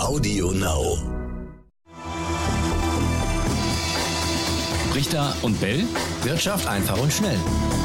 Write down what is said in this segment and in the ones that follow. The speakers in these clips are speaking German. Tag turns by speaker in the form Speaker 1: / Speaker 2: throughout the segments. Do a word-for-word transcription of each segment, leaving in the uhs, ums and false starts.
Speaker 1: Audio Now.
Speaker 2: Richter und Bell. Wirtschaft einfach und schnell.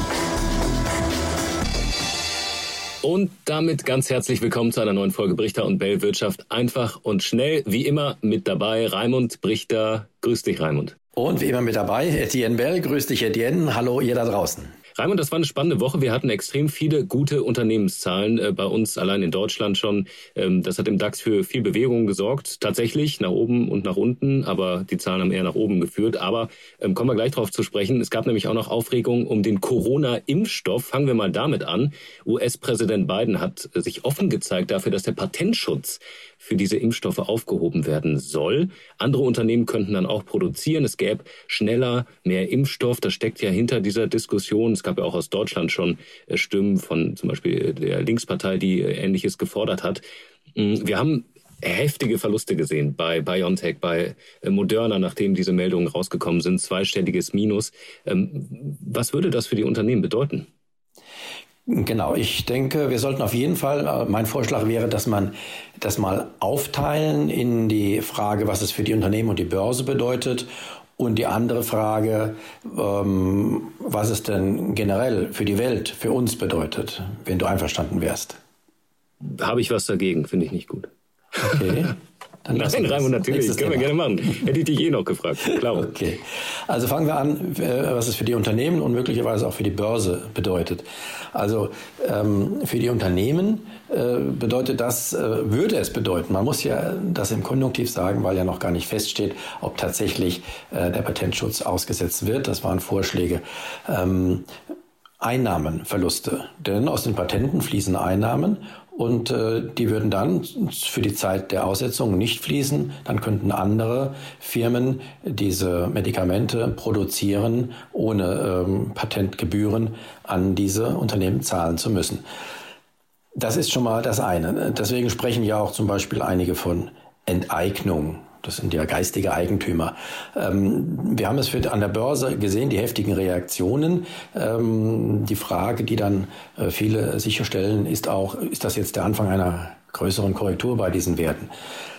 Speaker 2: Und damit ganz herzlich willkommen zu einer neuen Folge Brichter und Bell, Wirtschaft einfach und schnell. Wie immer mit dabei Raimund Brichter. Grüß dich, Raimund.
Speaker 3: Und wie immer mit dabei Etienne Bell. Grüß dich, Etienne. Hallo, ihr da draußen.
Speaker 2: Raimund, das war eine spannende Woche. Wir hatten extrem viele gute Unternehmenszahlen äh, bei uns allein in Deutschland schon. Ähm, das hat im DAX für viel Bewegung gesorgt. Tatsächlich nach oben und nach unten, aber die Zahlen haben eher nach oben geführt. Aber ähm, kommen wir gleich drauf zu sprechen. Es gab nämlich auch noch Aufregung um den Corona-Impfstoff. Fangen wir mal damit an. U S-Präsident Biden hat äh, sich offen gezeigt dafür, dass der Patentschutz für diese Impfstoffe aufgehoben werden soll. Andere Unternehmen könnten dann auch produzieren. Es gäbe schneller mehr Impfstoff. Das steckt ja hinter dieser Diskussion. Es gab ja auch aus Deutschland schon Stimmen von zum Beispiel der Linkspartei, die Ähnliches gefordert hat. Wir haben heftige Verluste gesehen bei BioNTech, bei Moderna, nachdem diese Meldungen rausgekommen sind. Zweistelliges Minus. Was würde das für die Unternehmen bedeuten?
Speaker 3: Genau, ich denke, wir sollten auf jeden Fall, mein Vorschlag wäre, dass man das mal aufteilen in die Frage, was es für die Unternehmen und die Börse bedeutet, und die andere Frage, ähm, was es denn generell für die Welt, für uns bedeutet, wenn du einverstanden wärst.
Speaker 2: Habe ich was dagegen, finde ich nicht gut.
Speaker 3: Okay. Dann
Speaker 2: Nein, Raimund, natürlich, können wir gerne machen. Hätte ich dich eh noch gefragt, klar.
Speaker 3: Okay, also fangen wir an, was es für die Unternehmen und möglicherweise auch für die Börse bedeutet. Also ähm, für die Unternehmen äh, bedeutet das, äh, würde es bedeuten, man muss ja das im Konjunktiv sagen, weil ja noch gar nicht feststeht, ob tatsächlich äh, der Patentschutz ausgesetzt wird. Das waren Vorschläge. Ähm, Einnahmenverluste, denn aus den Patenten fließen Einnahmen und äh, die würden dann für die Zeit der Aussetzung nicht fließen. Dann könnten andere Firmen diese Medikamente produzieren, ohne ähm, Patentgebühren an diese Unternehmen zahlen zu müssen. Das ist schon mal das eine. Deswegen sprechen ja auch zum Beispiel einige von Enteignung. Das sind ja geistige Eigentümer. Ähm, wir haben es für, an der Börse gesehen, die heftigen Reaktionen. Ähm, die Frage, die dann äh, viele sicherstellen, ist auch, ist das jetzt der Anfang einer größeren Korrektur bei diesen Werten?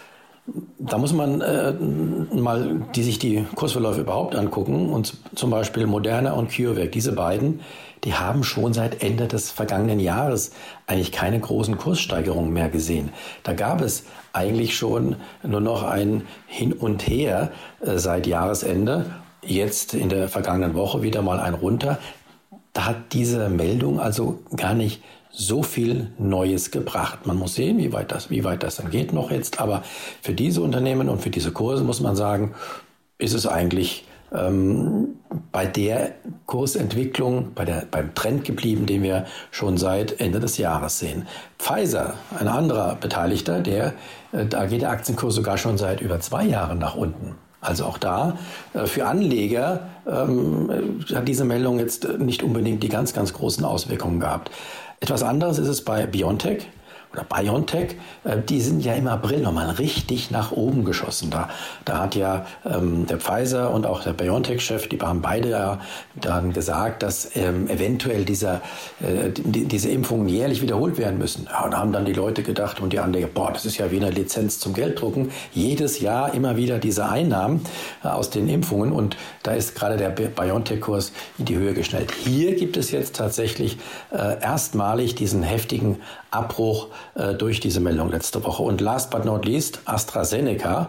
Speaker 3: Da muss man äh, mal die, sich die Kursverläufe überhaupt angucken. Und zum Beispiel Moderna und CureVac, diese beiden, die haben schon seit Ende des vergangenen Jahres eigentlich keine großen Kurssteigerungen mehr gesehen. Da gab es eigentlich schon nur noch ein Hin und Her äh, seit Jahresende. Jetzt in der vergangenen Woche wieder mal ein runter. Da hat diese Meldung also gar nicht so viel Neues gebracht. Man muss sehen, wie weit das, wie weit das dann geht noch jetzt. Aber für diese Unternehmen und für diese Kurse muss man sagen, ist es eigentlich ähm, bei der Kursentwicklung, bei der, beim Trend geblieben, den wir schon seit Ende des Jahres sehen. Pfizer, ein anderer Beteiligter, der, äh, da geht der Aktienkurs sogar schon seit über zwei Jahren nach unten. Also auch da, äh, für Anleger ähm, hat diese Meldung jetzt nicht unbedingt die ganz, ganz großen Auswirkungen gehabt. Etwas anderes ist es bei BioNTech oder BioNTech. Die sind ja im April nochmal richtig nach oben geschossen. Da, da hat ja ähm, der Pfizer und auch der BioNTech-Chef, die haben beide ja dann gesagt, dass ähm, eventuell dieser, äh, die, diese Impfungen jährlich wiederholt werden müssen. Ja, und da haben dann die Leute gedacht und die Anleger, boah, das ist ja wie eine Lizenz zum Gelddrucken. Jedes Jahr immer wieder diese Einnahmen äh, aus den Impfungen, und da ist gerade der BioNTech-Kurs in die Höhe geschnellt. Hier gibt es jetzt tatsächlich äh, erstmalig diesen heftigen Abbruch äh, durch diese Meldung letzte Woche. Und last but not least, AstraZeneca,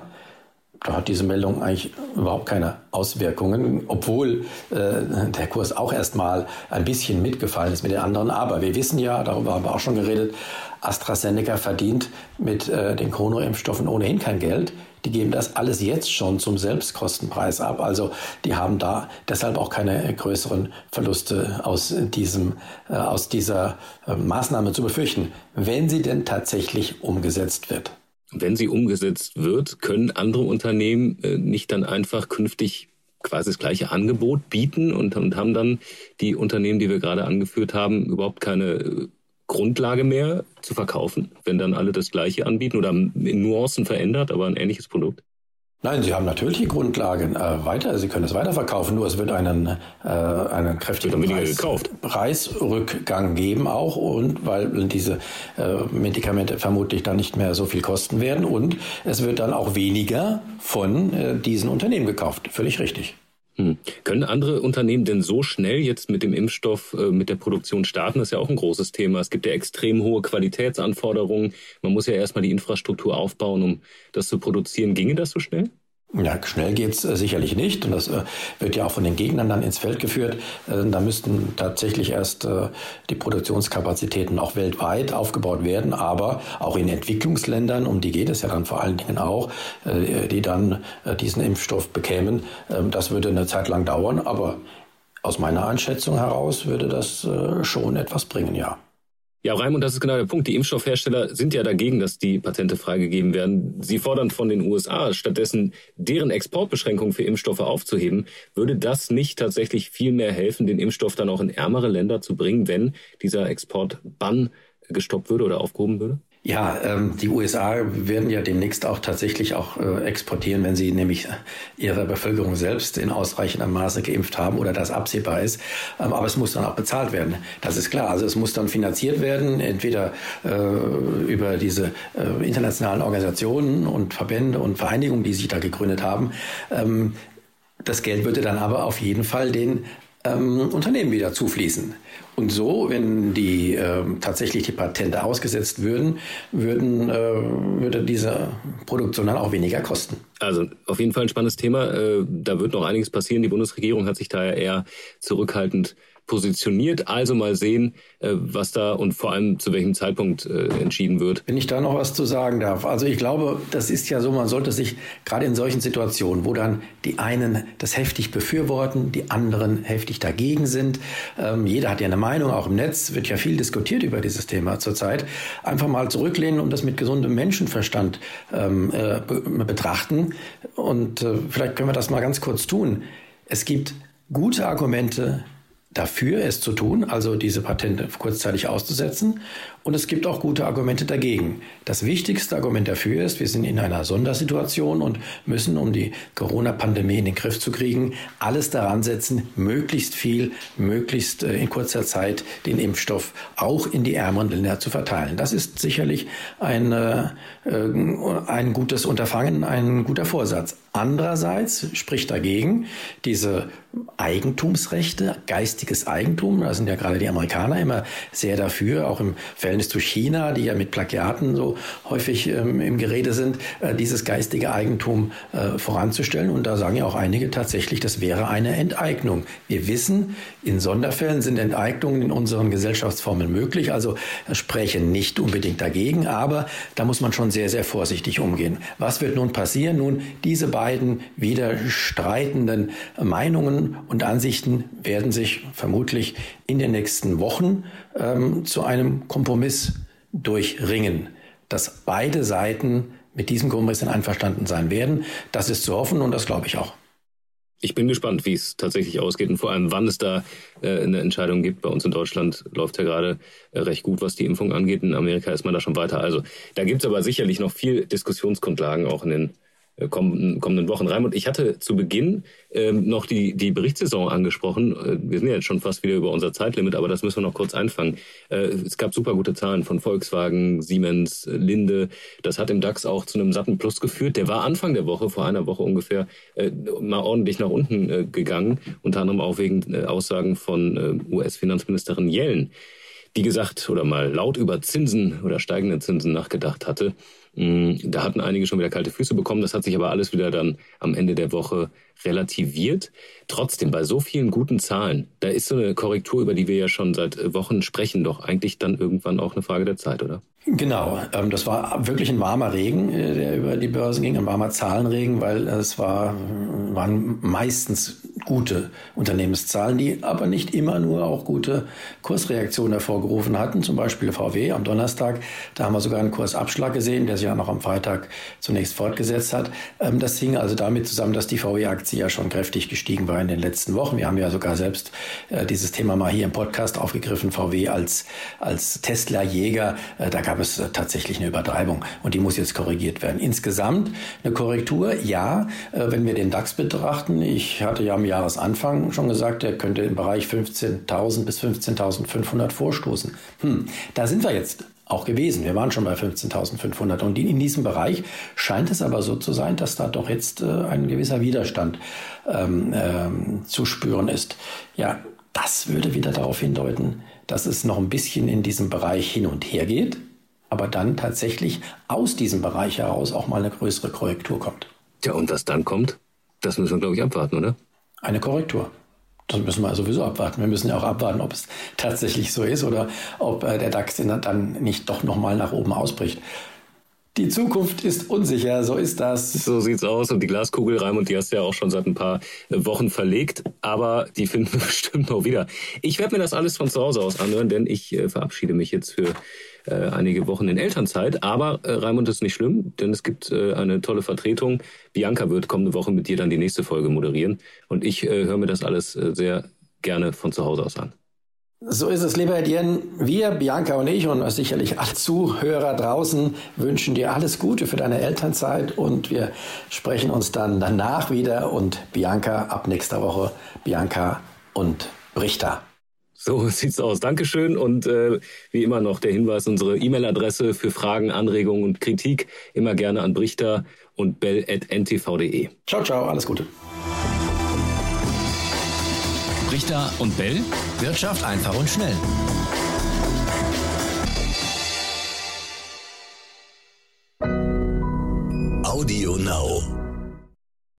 Speaker 3: da hat diese Meldung eigentlich überhaupt keine Auswirkungen, obwohl äh, der Kurs auch erstmal ein bisschen mitgefallen ist mit den anderen. Aber wir wissen ja, darüber haben wir auch schon geredet, AstraZeneca verdient mit äh, den Corona-Impfstoffen ohnehin kein Geld. Die geben das alles jetzt schon zum Selbstkostenpreis ab. Also die haben da deshalb auch keine größeren Verluste aus diesem, äh, aus dieser äh, Maßnahme zu befürchten, wenn sie denn tatsächlich umgesetzt wird.
Speaker 2: Wenn sie umgesetzt wird, können andere Unternehmen äh, nicht dann einfach künftig quasi das gleiche Angebot bieten und, und haben dann die Unternehmen, die wir gerade angeführt haben, überhaupt keine äh, Grundlage mehr zu verkaufen, wenn dann alle das Gleiche anbieten oder in Nuancen verändert, aber ein ähnliches Produkt?
Speaker 3: Nein, Sie haben natürlich die Grundlagen äh, weiter. Sie können es weiterverkaufen, nur es wird einen, äh, einen kräftigen Preis, Preisrückgang geben auch, und weil diese äh, Medikamente vermutlich dann nicht mehr so viel kosten werden, und es wird dann auch weniger von äh, diesen Unternehmen gekauft. Völlig richtig.
Speaker 2: Hm. Können andere Unternehmen denn so schnell jetzt mit dem Impfstoff, äh, mit der Produktion starten? Das ist ja auch ein großes Thema. Es gibt ja extrem hohe Qualitätsanforderungen. Man muss ja erstmal die Infrastruktur aufbauen, um das zu produzieren. Ginge das so schnell?
Speaker 3: Ja, schnell geht's äh, sicherlich nicht, und das äh, wird ja auch von den Gegnern dann ins Feld geführt. Äh, da müssten tatsächlich erst äh, die Produktionskapazitäten auch weltweit aufgebaut werden, aber auch in Entwicklungsländern, um die geht es ja dann vor allen Dingen auch, äh, die dann äh, diesen Impfstoff bekämen. Äh, das würde eine Zeit lang dauern, aber aus meiner Einschätzung heraus würde das äh, schon etwas bringen, ja.
Speaker 2: Ja, Raimund, das ist genau der Punkt. Die Impfstoffhersteller sind ja dagegen, dass die Patente freigegeben werden. Sie fordern von den U S A stattdessen, deren Exportbeschränkungen für Impfstoffe aufzuheben. Würde das nicht tatsächlich viel mehr helfen, den Impfstoff dann auch in ärmere Länder zu bringen, wenn dieser Exportbann gestoppt würde oder aufgehoben würde?
Speaker 3: Ja, ähm, die U S A werden ja demnächst auch tatsächlich auch äh, exportieren, wenn sie nämlich ihre Bevölkerung selbst in ausreichendem Maße geimpft haben oder das absehbar ist. Ähm, aber es muss dann auch bezahlt werden. Das ist klar. Also es muss dann finanziert werden, entweder äh, über diese äh, internationalen Organisationen und Verbände und Vereinigungen, die sich da gegründet haben. Ähm, das Geld würde dann aber auf jeden Fall den ähm, Unternehmen wieder zufließen. Und so, wenn die äh, tatsächlich die Patente ausgesetzt würden, würden äh, würde diese Produktion dann auch weniger kosten.
Speaker 2: Also auf jeden Fall ein spannendes Thema. Äh, da wird noch einiges passieren. Die Bundesregierung hat sich da ja eher zurückhaltend positioniert. Also mal sehen, äh, was da und vor allem zu welchem Zeitpunkt äh, entschieden wird.
Speaker 3: Wenn ich da noch was zu sagen darf. Also ich glaube, das ist ja so, man sollte sich gerade in solchen Situationen, wo dann die einen das heftig befürworten, die anderen heftig dagegen sind. Ähm, jeder hat ja eine Meinung, auch im Netz wird ja viel diskutiert über dieses Thema zurzeit. Einfach mal zurücklehnen und das mit gesundem Menschenverstand ähm, äh, be- betrachten. Und äh, vielleicht können wir das mal ganz kurz tun. Es gibt gute Argumente dafür, es zu tun, also diese Patente kurzzeitig auszusetzen. Und es gibt auch gute Argumente dagegen. Das wichtigste Argument dafür ist, wir sind in einer Sondersituation und müssen, um die Corona-Pandemie in den Griff zu kriegen, alles daran setzen, möglichst viel, möglichst in kurzer Zeit den Impfstoff auch in die ärmeren Länder zu verteilen. Das ist sicherlich ein, äh, ein gutes Unterfangen, ein guter Vorsatz. Andererseits spricht dagegen diese Eigentumsrechte, geistiges Eigentum. Da sind ja gerade die Amerikaner immer sehr dafür, auch im Verhältnis zu China, die ja mit Plagiaten so häufig ähm, im Gerede sind, äh, dieses geistige Eigentum äh, voranzustellen. Und da sagen ja auch einige tatsächlich, das wäre eine Enteignung. Wir wissen, in Sonderfällen sind Enteignungen in unseren Gesellschaftsformen möglich, also sprechen nicht unbedingt dagegen, aber da muss man schon sehr, sehr vorsichtig umgehen. Was wird nun passieren? Nun, diese beiden widerstreitenden Meinungen und Ansichten werden sich vermutlich in den nächsten Wochen ähm, zu einem Kompromiss durchringen, dass beide Seiten mit diesem Kompromiss einverstanden sein werden. Das ist zu hoffen und das glaube ich auch.
Speaker 2: Ich bin gespannt, wie es tatsächlich ausgeht und vor allem, wann es da äh, eine Entscheidung gibt. Bei uns in Deutschland läuft ja gerade äh, recht gut, was die Impfung angeht. In Amerika ist man da schon weiter. Also da gibt es aber sicherlich noch viel Diskussionsgrundlagen, auch in den kommenden, kommenden Wochen. Raimund, ich hatte zu Beginn ähm, noch die, die Berichtssaison angesprochen. Wir sind ja jetzt schon fast wieder über unser Zeitlimit, aber das müssen wir noch kurz einfangen. Äh, es gab super gute Zahlen von Volkswagen, Siemens, Linde. Das hat im DAX auch zu einem satten Plus geführt. Der war Anfang der Woche, vor einer Woche ungefähr, äh, mal ordentlich nach unten äh, gegangen. Unter anderem auch wegen äh, Aussagen von äh, U S-Finanzministerin Yellen, die gesagt oder mal laut über Zinsen oder steigende Zinsen nachgedacht hatte. Da hatten einige schon wieder kalte Füße bekommen. Das hat sich aber alles wieder dann am Ende der Woche relativiert. Trotzdem, bei so vielen guten Zahlen, da ist so eine Korrektur, über die wir ja schon seit Wochen sprechen, doch eigentlich dann irgendwann auch eine Frage der Zeit, oder?
Speaker 3: Genau, das war wirklich ein warmer Regen, der über die Börsen ging, ein warmer Zahlenregen, weil es war, waren meistens gute Unternehmenszahlen, die aber nicht immer nur auch gute Kursreaktionen hervorgerufen hatten. Zum Beispiel V W am Donnerstag, da haben wir sogar einen Kursabschlag gesehen, der sich auch noch am Freitag zunächst fortgesetzt hat. Das hing also damit zusammen, dass die V W-Aktie ja schon kräftig gestiegen war in den letzten Wochen. Wir haben ja sogar selbst dieses Thema mal hier im Podcast aufgegriffen, V W als, als Tesla-Jäger. Da gab es tatsächlich eine Übertreibung und die muss jetzt korrigiert werden. Insgesamt eine Korrektur, ja, wenn wir den DAX betrachten. Ich hatte ja am Jahresanfang schon gesagt, er könnte im Bereich fünfzehntausend bis fünfzehntausendfünfhundert vorstoßen. Hm, da sind wir jetzt auch gewesen. Wir waren schon bei fünfzehntausendfünfhundert und in diesem Bereich scheint es aber so zu sein, dass da doch jetzt äh, ein gewisser Widerstand ähm, ähm, zu spüren ist. Ja, das würde wieder darauf hindeuten, dass es noch ein bisschen in diesem Bereich hin und her geht, aber dann tatsächlich aus diesem Bereich heraus auch mal eine größere Korrektur kommt.
Speaker 2: Ja, und was dann kommt, das müssen wir, glaube ich, abwarten, oder?
Speaker 3: Eine Korrektur. Das müssen wir sowieso abwarten. Wir müssen ja auch abwarten, ob es tatsächlich so ist oder ob äh, der DAX dann nicht doch nochmal nach oben ausbricht. Die Zukunft ist unsicher, so ist das.
Speaker 2: So sieht's aus und die Glaskugel, Raimund, die hast du ja auch schon seit ein paar Wochen verlegt, aber die finden wir bestimmt noch wieder. Ich werde mir das alles von zu Hause aus anhören, denn ich äh, verabschiede mich jetzt für äh, einige Wochen in Elternzeit. Aber äh, Raimund, ist nicht schlimm, denn es gibt äh, eine tolle Vertretung. Bianca wird kommende Woche mit dir dann die nächste Folge moderieren und ich äh, höre mir das alles äh, sehr gerne von zu Hause aus an.
Speaker 3: So ist es, lieber Etienne. Wir, Bianca und ich und sicherlich alle Zuhörer draußen wünschen dir alles Gute für deine Elternzeit und wir sprechen uns dann danach wieder und Bianca ab nächster Woche, Bianca und Brichter.
Speaker 2: So sieht's aus. Dankeschön und äh, wie immer noch der Hinweis, unsere E-Mail-Adresse für Fragen, Anregungen und Kritik immer gerne an brichter und bell at n t v punkt d e.
Speaker 3: Ciao, ciao, alles Gute.
Speaker 1: Brichter und Bell. Wirtschaft einfach und schnell.